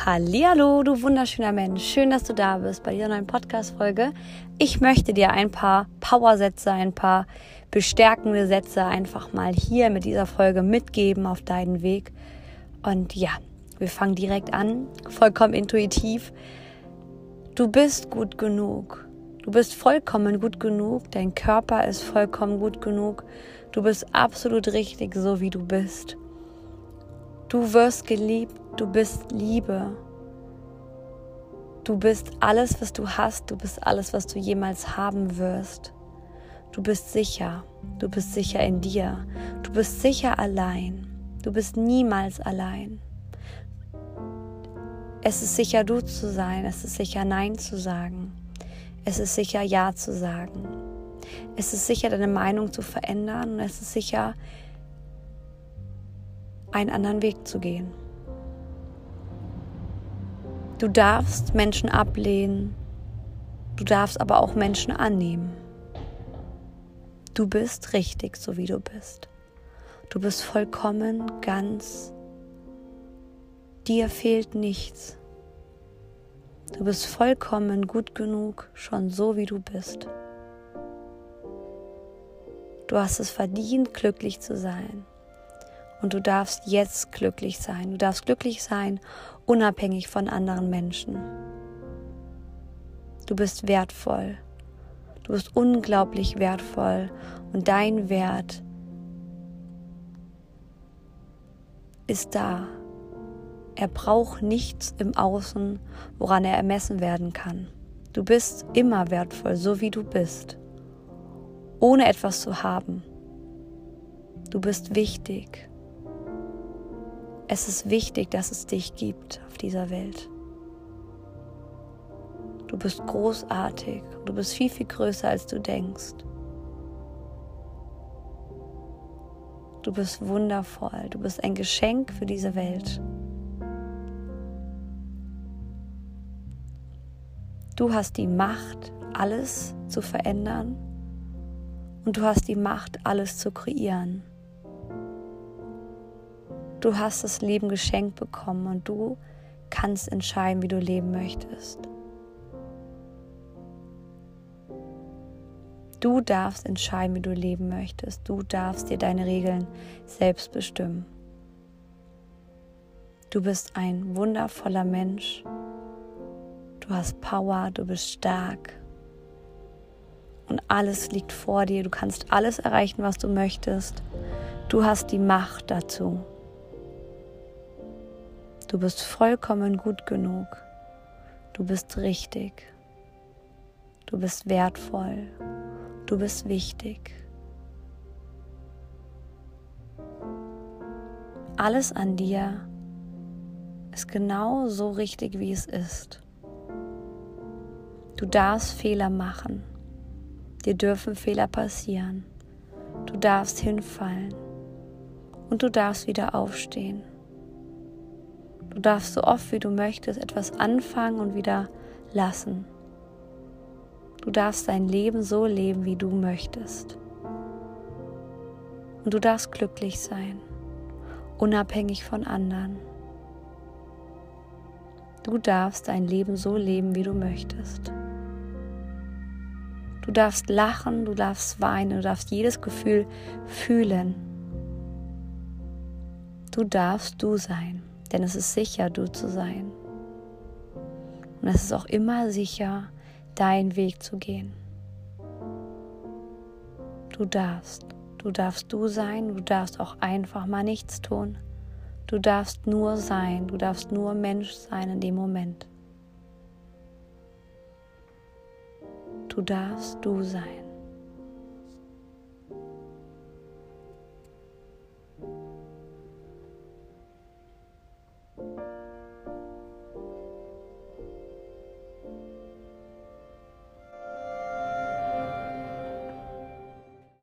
Hallihallo, du wunderschöner Mensch. Schön, dass du da bist bei dieser neuen Podcast-Folge. Ich möchte dir ein paar Powersätze, ein paar bestärkende Sätze einfach mal hier mit dieser Folge mitgeben auf deinen Weg. Und ja, wir fangen direkt an, vollkommen intuitiv. Du bist gut genug. Du bist vollkommen gut genug. Dein Körper ist vollkommen gut genug. Du bist absolut richtig, so wie du bist. Du wirst geliebt, du bist Liebe. Du bist alles, was du hast, du bist alles, was du jemals haben wirst. Du bist sicher in dir. Du bist sicher allein. Du bist niemals allein. Es ist sicher, du zu sein, es ist sicher, Nein zu sagen. Es ist sicher, Ja zu sagen. Es ist sicher, deine Meinung zu verändern und es ist sicher, einen anderen Weg zu gehen. Du darfst Menschen ablehnen, du darfst aber auch Menschen annehmen. Du bist richtig, so wie du bist. Du bist vollkommen, ganz. Dir fehlt nichts. Du bist vollkommen gut genug, schon so wie du bist. Du hast es verdient, glücklich zu sein. Und du darfst jetzt glücklich sein. Du darfst glücklich sein, unabhängig von anderen Menschen. Du bist wertvoll. Du bist unglaublich wertvoll. Und dein Wert ist da. Er braucht nichts im Außen, woran er ermessen werden kann. Du bist immer wertvoll, so wie du bist. Ohne etwas zu haben. Du bist wichtig. Es ist wichtig, dass es dich gibt auf dieser Welt. Du bist großartig. Du bist viel, viel größer, als du denkst. Du bist wundervoll. Du bist ein Geschenk für diese Welt. Du hast die Macht, alles zu verändern. Und du hast die Macht, alles zu kreieren. Du hast das Leben geschenkt bekommen und du kannst entscheiden, wie du leben möchtest. Du darfst entscheiden, wie du leben möchtest. Du darfst dir deine Regeln selbst bestimmen. Du bist ein wundervoller Mensch. Du hast Power, du bist stark. Und alles liegt vor dir. Du kannst alles erreichen, was du möchtest. Du hast die Macht dazu. Du bist vollkommen gut genug. Du bist richtig. Du bist wertvoll. Du bist wichtig. Alles an dir ist genau so richtig, wie es ist. Du darfst Fehler machen. Dir dürfen Fehler passieren. Du darfst hinfallen. Und du darfst wieder aufstehen. Du darfst so oft, wie du möchtest, etwas anfangen und wieder lassen. Du darfst dein Leben so leben, wie du möchtest. Und du darfst glücklich sein, unabhängig von anderen. Du darfst dein Leben so leben, wie du möchtest. Du darfst lachen, du darfst weinen, du darfst jedes Gefühl fühlen. Du darfst du sein. Denn es ist sicher, du zu sein. Und es ist auch immer sicher, deinen Weg zu gehen. Du darfst du sein, du darfst auch einfach mal nichts tun. Du darfst nur sein, du darfst nur Mensch sein in dem Moment. Du darfst du sein.